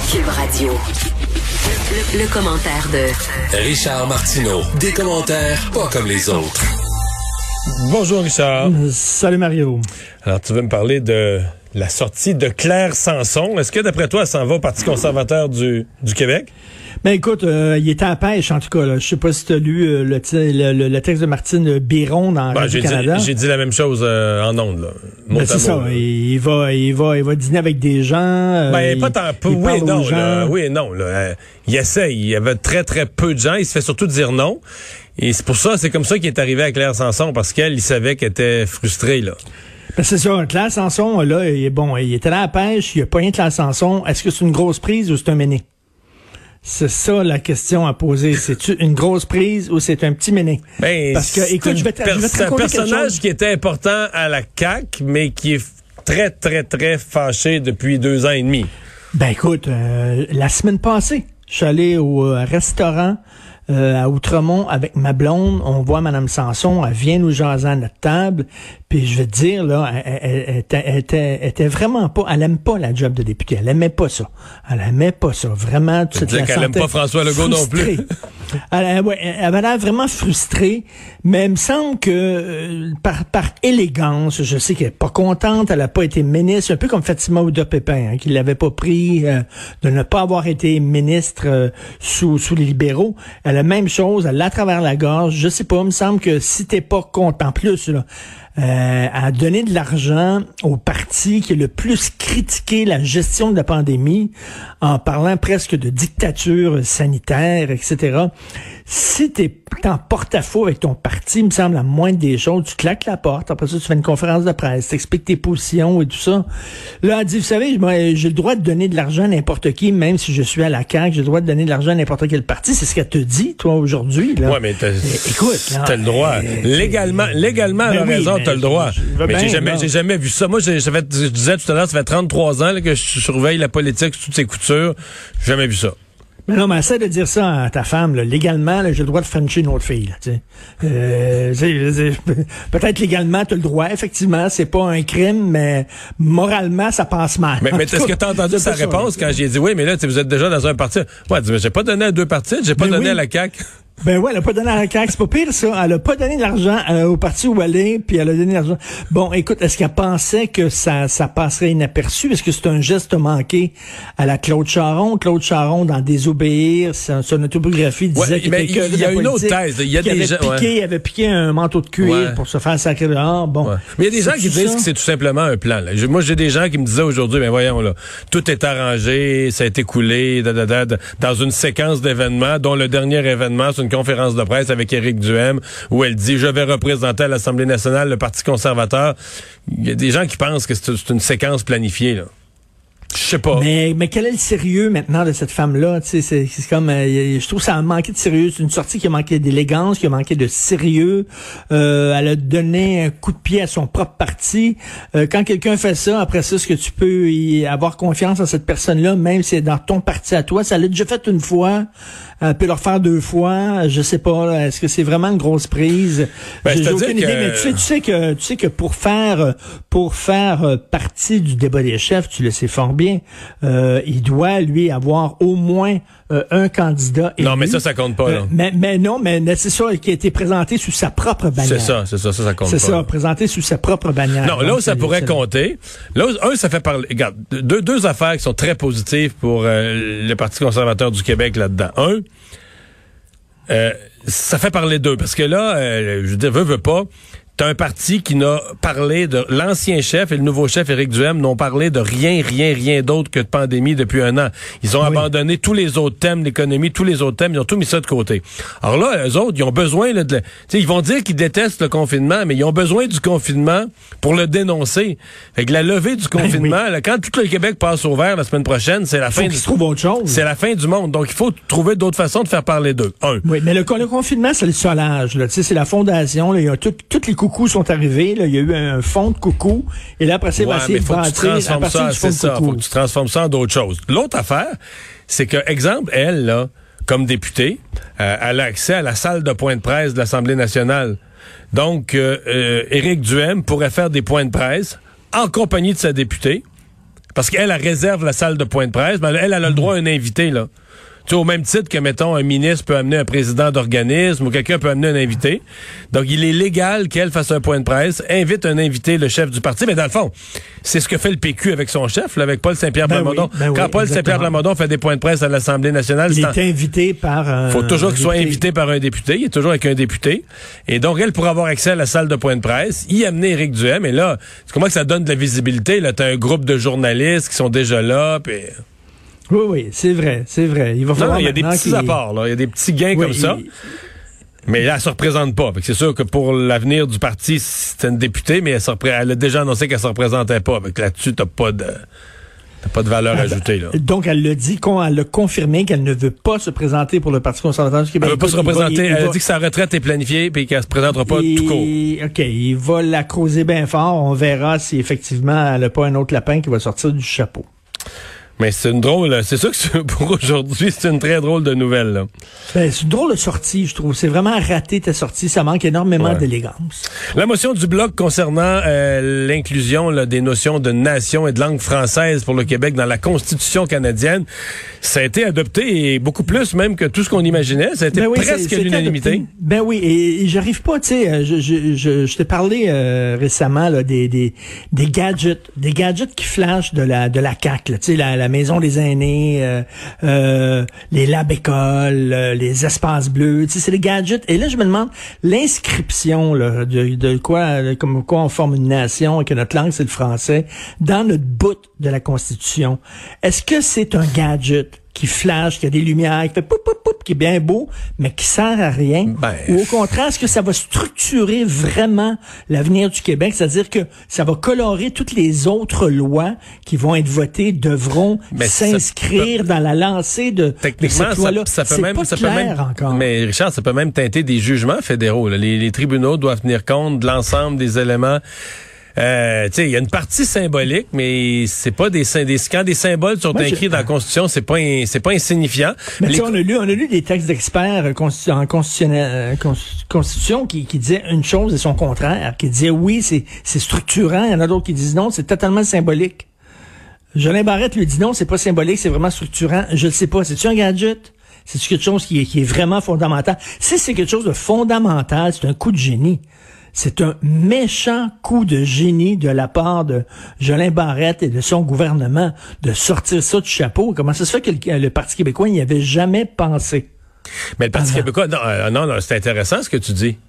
Cube Radio. Le commentaire de Richard Martineau. Des commentaires pas comme les autres. Bonjour Richard. Salut Mario. Alors tu veux me parler de la sortie de Claire Sanson. Est-ce que d'après toi, elle s'en va au Parti conservateur du Québec? Ben écoute, il était à pêche en tout cas. Là. Je sais pas si tu as lu le texte de Martine Biron dans Radio-Canada. J'ai dit la même chose en ondes. Là. Ben c'est ça. Il va dîner avec des gens. Pas tant peu. Oui et non. Là. Il essaie. Il y avait très très peu de gens. Il se fait surtout dire non. Et c'est comme ça qu'il est arrivé à Claire Sanson parce il savait qu'elle était frustrée là. Ben c'est ça. Claire Sanson là, il était là à la pêche. Il a pas rien de Claire Sanson. Est-ce que c'est une grosse prise ou c'est un méné? C'est ça la question à poser. C'est-tu une grosse prise ou c'est un petit méné? Ben, parce que, écoute, je vais te raconter c'est un personnage qui était important à la CAQ, mais qui est très, très, très fâché depuis 2 ans et demi. Ben écoute, la semaine passée, je suis allé au restaurant à Outremont avec ma blonde. On voit Mme Sanson, elle vient nous jaser à notre table. Puis je vais te dire, là, elle était vraiment pas, elle aime pas la job de députée. Elle aimait pas ça. Vraiment, tu sais. Qu'elle aime pas François Legault non plus. Elle avait l'air vraiment frustrée, mais il me semble que par élégance, je sais qu'elle est pas contente, elle a pas été ministre, un peu comme Fatima Ouda-Pépin, qui l'avait pas pris de ne pas avoir été ministre sous les libéraux. Elle a la même chose, elle l'a à travers la gorge. Je sais pas, il me semble que si t'es pas content, plus là, à donner de l'argent au parti qui a le plus critiqué la gestion de la pandémie en parlant presque de dictature sanitaire, etc. Si t'es en porte-à-faux avec ton parti, il me semble, la moindre des choses, tu claques la porte, après ça, tu fais une conférence de presse, t'expliques tes positions et tout ça. Là, elle dit, vous savez, j'ai le droit de donner de l'argent à n'importe qui, même si je suis à la CAQ, j'ai le droit de donner de l'argent à n'importe quel parti. C'est ce qu'elle te dit, toi, aujourd'hui. Là. Ouais, mais écoute, t'as le droit. Légalement, elle a raison, t'as le droit. Mais j'ai jamais vu ça. Moi, je disais tout à l'heure, ça fait 33 ans là, que je surveille la politique sous toutes ses coutures. J'ai jamais vu ça. Mais non, mais essaie de dire ça à ta femme. Là. Légalement, là, j'ai le droit de frencher une autre fille. Peut-être légalement, tu as le droit. Effectivement, c'est pas un crime, mais moralement, ça passe mal. Mais est-ce que tu as entendu sa réponse quand j'ai dit oui, mais là, vous êtes déjà dans un parti? Ouais, mais j'ai pas donné à 2 partis, j'ai pas donné à la CAQ. Ben ouais, elle a pas donné à la CAQ, c'est pas pire ça. Elle a pas donné de l'argent au parti où elle est, puis elle a donné de l'argent. Bon, écoute, est-ce qu'elle pensait que ça passerait inaperçu? Est-ce que c'est un geste manqué à la Claude Charon? Claude Charon, dans Désobéir, son autobiographie, disait qu'il était il y a une autre thèse. Il y a des gens, il avait piqué un manteau de cuir pour se faire sacrer dehors. Bon. Ouais. Mais il y a des gens qui disent que c'est tout simplement un plan. Là. Moi, j'ai des gens qui me disaient aujourd'hui, ben voyons là, tout est arrangé, ça a été coulé, dans une séquence d'événements, dont le dernier événement, c'est une conférence de presse avec Éric Duhaime où elle dit « Je vais représenter à l'Assemblée nationale le Parti conservateur ». Il y a des gens qui pensent que c'est une séquence planifiée, là. Je sais pas. Mais quel est le sérieux maintenant de cette femme-là? Tu sais, c'est comme, je trouve que ça a manqué de sérieux. C'est une sortie qui a manqué d'élégance, qui a manqué de sérieux. Elle a donné un coup de pied à son propre parti. Quand quelqu'un fait ça, après ça, est-ce que tu peux avoir confiance en cette personne-là, même si c'est dans ton parti à toi? Ça l'a déjà fait une fois. Elle peut le refaire 2 fois. Je sais pas. Là, est-ce que c'est vraiment une grosse prise? J'ai aucune idée. Mais tu sais que pour faire partie du débat des chefs, tu le sais fort bien, il doit, lui, avoir au moins un candidat élu. Non, mais ça compte pas, là. Mais c'est ça qui a été présenté sous sa propre bannière. C'est ça compte pas. C'est ça, présenté sous sa propre bannière. Non, là où ça pourrait compter, là où ça fait parler, regarde, deux affaires qui sont très positives pour le Parti conservateur du Québec là-dedans. Ça fait parler d'eux, parce que là, je veux dire, veut pas, t'as un parti qui n'a parlé de l'ancien chef et le nouveau chef Éric Duhaime n'ont parlé de rien d'autre que de pandémie depuis 1 an. Ils ont abandonné tous les autres thèmes, l'économie, tous les autres thèmes, ils ont tout mis ça de côté. Alors là, eux autres, ils ont besoin là, ils vont dire qu'ils détestent le confinement, mais ils ont besoin du confinement pour le dénoncer. Fait que la levée du confinement, là, quand tout le Québec passe au vert la semaine prochaine, c'est la fin. Faut qu'ils trouvent autre chose. C'est la fin du monde. Donc il faut trouver d'autres façons de faire parler d'eux. Oui, mais le confinement, c'est le solage. Là. C'est la fondation. Là. Il y a toutes les coucous sont arrivés. Là. Il y a eu un fond de coucou. Et là, après, c'est essayer de bâtir à partir du fond de coucou. Faut que tu transformes ça en d'autres choses. L'autre affaire, c'est que, exemple, elle, là, comme députée, elle a accès à la salle de point de presse de l'Assemblée nationale. Donc, Éric Duhaime pourrait faire des points de presse en compagnie de sa députée. parce qu'elle réserve la salle de point de presse, mais elle a le droit à un invité, là. Tu sais, au même titre que, mettons, un ministre peut amener un président d'organisme ou quelqu'un peut amener un invité. Donc, il est légal qu'elle fasse un point de presse, invite un invité, le chef du parti. Mais dans le fond, c'est ce que fait le PQ avec son chef, là, avec Paul Saint-Pierre Plamondon. Quand Paul Saint-Pierre Plamondon fait des points de presse à l'Assemblée nationale, il est invité par faut toujours qu'il soit invité par un député. Il est toujours avec un député. Et donc, elle pourra avoir accès à la salle de point de presse, y amener Éric Duhem. Et là, tu comprends que ça donne de la visibilité. Là, t'as un groupe de journalistes qui sont déjà là, puis... Oui, c'est vrai. Il va falloir il y a des petits apports, là. Il y a des petits gains comme ça. Mais là, elle se représente pas. C'est sûr que pour l'avenir du parti, c'est une députée, mais elle a déjà annoncé qu'elle se représentait pas. Donc là-dessus, t'as pas de valeur ajoutée, là. Donc, elle l'a dit, elle a confirmé qu'elle ne veut pas se présenter pour le Parti conservateur du Québec. Elle veut pas se représenter. Elle a dit que sa retraite est planifiée puis qu'elle se présentera pas tout court. OK, il va la creuser bien fort. On verra si effectivement elle n'a pas un autre lapin qui va sortir du chapeau. Mais c'est sûr que pour aujourd'hui, c'est une très drôle de nouvelle, là. Ben, c'est une drôle de sortie, je trouve. C'est vraiment raté ta sortie. Ça manque énormément d'élégance. La motion du Bloc concernant l'inclusion des notions de nation et de langue française pour le Québec dans la Constitution canadienne, ça a été adopté et beaucoup plus même que tout ce qu'on imaginait. Ça a été presque l'unanimité. Adopté. Ben oui, et j'arrive pas, tu sais, je t'ai parlé récemment là, des gadgets qui flashent de la CAQ, tu sais, la maison des aînés, les labs écoles, les espaces bleus, tu sais, c'est les gadgets. Et là, je me demande, l'inscription là, de quoi, comme quoi on forme une nation et que notre langue, c'est le français, dans notre bout de la Constitution, est-ce que c'est un gadget qui flash, qui a des lumières, qui fait poup, poup, poup, qui est bien beau, mais qui sert à rien? Ou au contraire, est-ce que ça va structurer vraiment l'avenir du Québec? C'est-à-dire que ça va colorer toutes les autres lois qui vont être votées, devront s'inscrire dans la lancée de cette loi-là. Ça peut même encore. Mais Richard, ça peut même teinter des jugements fédéraux. Là. Les tribunaux doivent tenir compte de l'ensemble des éléments. Tu sais, il y a une partie symbolique, mais c'est pas quand des symboles sont écrits dans la Constitution, c'est pas insignifiant. Mais on a lu des textes d'experts en Constitution qui disaient une chose et son contraire, qui disaient oui, c'est structurant, il y en a d'autres qui disent non, c'est totalement symbolique. Jolin Barrette lui dit non, c'est pas symbolique, c'est vraiment structurant. Je le sais pas, c'est-tu un gadget? C'est-tu quelque chose qui est vraiment fondamental? Si c'est quelque chose de fondamental, c'est un coup de génie. C'est un méchant coup de génie de la part de Jolin Barrette et de son gouvernement de sortir ça du chapeau. Comment ça se fait que le Parti québécois n'y avait jamais pensé? Mais le Parti québécois, non, c'est intéressant ce que tu dis.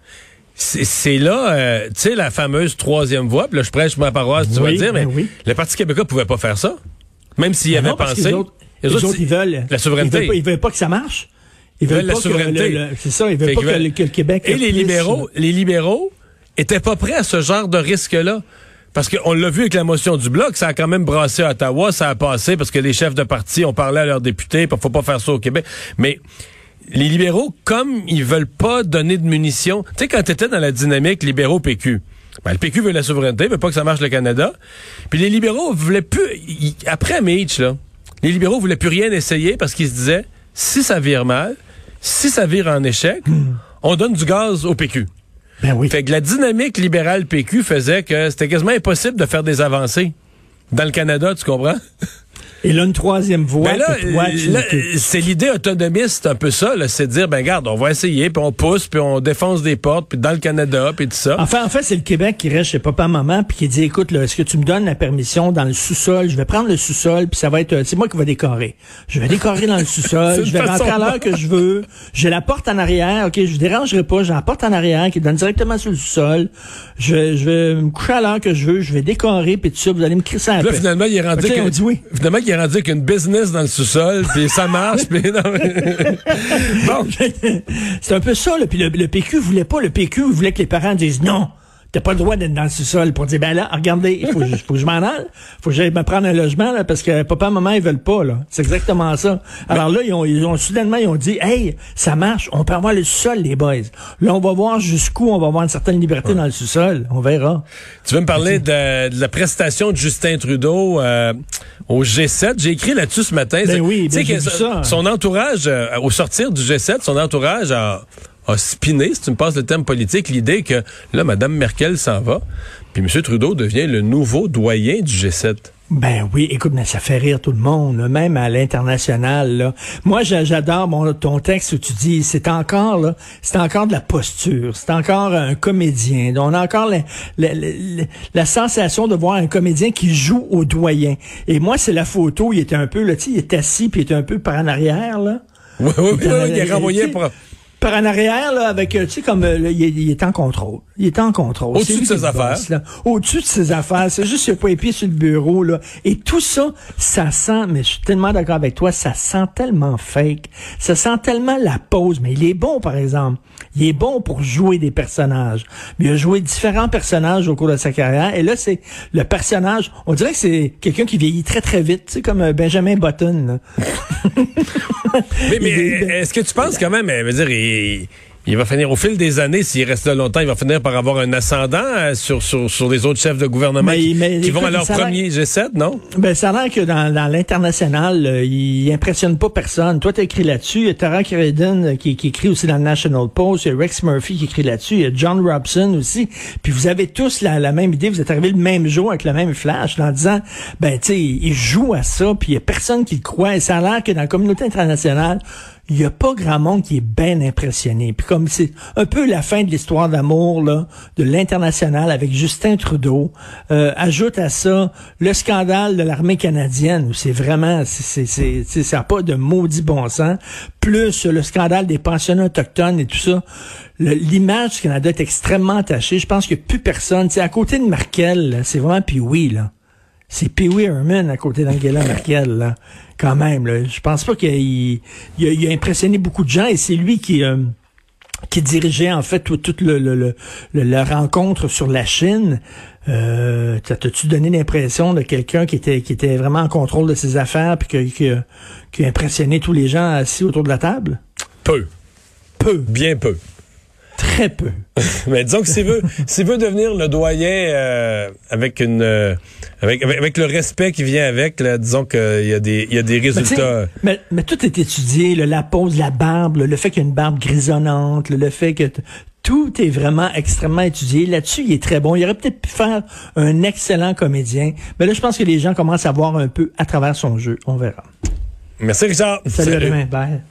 C'est là, tu sais, la fameuse troisième voie, puis là, je prêche ma paroisse, tu vas dire, mais le Parti québécois pouvait pas faire ça, même s'il y avait pensé. Les autres, ils veulent la souveraineté. Ils veulent pas que ça marche. Ils veulent la souveraineté. C'est ça, ils veulent pas que le Québec... Et les libéraux étaient pas prêts à ce genre de risque-là. Parce qu'on l'a vu avec la motion du Bloc, ça a quand même brassé à Ottawa, ça a passé parce que les chefs de parti ont parlé à leurs députés, il faut pas faire ça au Québec. Mais les libéraux, comme ils veulent pas donner de munitions... Tu sais, quand t'étais dans la dynamique libéraux-PQ, le PQ veut la souveraineté, veut pas que ça marche le Canada. Puis les libéraux voulaient plus... Après Mitch, là, les libéraux voulaient plus rien essayer parce qu'ils se disaient, si ça vire mal... Si ça vire en échec, on donne du gaz au PQ. Ben oui. Fait que la dynamique libérale PQ faisait que c'était quasiment impossible de faire des avancées dans le Canada, tu comprends? Et là, une troisième voie. Ben là, c'est l'idée autonomiste, un peu ça, là, c'est de dire, ben garde, on va essayer, puis on pousse, puis on défonce des portes, puis dans le Canada, puis tout ça. En fait, c'est le Québec qui reste chez papa-maman, puis qui dit, écoute, là, est-ce que tu me donnes la permission dans le sous-sol? Je vais prendre le sous-sol, puis ça va être, c'est moi qui vais décorer. Je vais décorer dans le sous-sol, je vais rentrer à l'heure que je veux. J'ai la porte en arrière, ok, je vous dérangerai pas, j'ai la porte en arrière qui donne directement sur le sous-sol. Je vais me coucher à l'heure que je veux, je vais décorer, puis tout ça, vous allez me crisser un peu. Là, finalement, il est rendu on dit oui. Finalement, il est rendu qu'une business dans le sous-sol, puis ça marche, puis non. Bon. C'est un peu ça, là. Puis le PQ voulait pas. Le PQ voulait que les parents disent non. T'as pas le droit d'être dans le sous-sol pour dire, ben là, regardez, il faut que je m'en aille. Faut que j'aille me prendre un logement, là, parce que papa, maman, ils veulent pas, là. C'est exactement ça. Alors là, ils ont soudainement, ils ont dit, hey, ça marche, on peut avoir le sous-sol, les boys. Là, on va voir jusqu'où on va avoir une certaine liberté dans le sous-sol. On verra. Tu veux me parler de la prestation de Justin Trudeau, au G7. J'ai écrit là-dessus ce matin. Ben oui, ben j'ai vu ça. Son entourage, au sortir du G7, son entourage a spiné, si tu me passes le thème politique, l'idée que là, Mme Merkel s'en va, puis M. Trudeau devient le nouveau doyen du G7. Ben oui, écoute, mais ça fait rire tout le monde, là, même à l'international, là. Moi, j'adore ton texte où tu dis, c'est encore de la posture, c'est encore un comédien. On a encore la sensation de voir un comédien qui joue au doyen. Et moi, c'est la photo, il était un peu, là, tu sais, il est assis puis il est un peu par en arrière, là. Oui, il est renvoyé pour... Par en arrière, là, avec, tu sais, comme, il est en contrôle. Il est en contrôle. Au-dessus de ses affaires. Au-dessus de ses affaires. C'est juste qu'il n'a pas les pieds sur le bureau, là. Et tout ça, ça sent, mais je suis tellement d'accord avec toi, ça sent tellement fake. Ça sent tellement la pose. Mais il est bon, par exemple. Il est bon pour jouer des personnages. Mais il a joué différents personnages au cours de sa carrière. Et là, c'est le personnage, on dirait que c'est quelqu'un qui vieillit très, très vite. Tu sais, comme Benjamin Button, là. mais est-ce que tu penses quand même, je veux dire, il va finir, au fil des années, s'il reste là longtemps, il va finir par avoir un ascendant sur les autres chefs de gouvernement qui vont à leur premier G7, non? Ben, ça a l'air que dans l'international, il impressionne pas personne. Toi, t'as écrit là-dessus. Il y a Tara Creden qui écrit aussi dans le National Post. Il y a Rex Murphy qui écrit là-dessus. Il y a John Robson aussi. Puis vous avez tous la même idée. Vous êtes arrivés le même jour avec le même flash en disant, ben, tu sais, il joue à ça. Puis il y a personne qui le croit. Et ça a l'air que dans la communauté internationale, il y a pas grand monde qui est bien impressionné. Puis comme c'est un peu la fin de l'histoire d'amour là, de l'international avec Justin Trudeau, ajoute à ça le scandale de l'armée canadienne où c'est vraiment ça n'a pas de maudit bon sens, plus le scandale des pensionnats autochtones et tout ça. L'image du Canada est extrêmement attachée. Je pense qu'il n'y a plus personne. T'sais, à côté de Merkel, là, c'est vraiment Pee-wee, là. C'est Pee-wee Herman à côté d'Angela Merkel, là. Quand même, là. Je pense pas qu'il a impressionné beaucoup de gens et c'est lui qui dirigeait, en fait, toute la rencontre sur la Chine. T'as-tu donné l'impression de quelqu'un qui était vraiment en contrôle de ses affaires puis qui a impressionné tous les gens assis autour de la table? Peu. Bien peu. Très peu. Mais disons que s'il veut devenir le doyen avec le respect qui vient avec, là, disons qu'il y a des résultats. Mais tout est étudié, là, la pose, la barbe, le fait qu'il y a une barbe grisonnante, le fait que tout est vraiment extrêmement étudié. Là-dessus, il est très bon. Il aurait peut-être pu faire un excellent comédien. Mais là, je pense que les gens commencent à voir un peu à travers son jeu. On verra. Merci, Richard. Salut. À demain. Bye.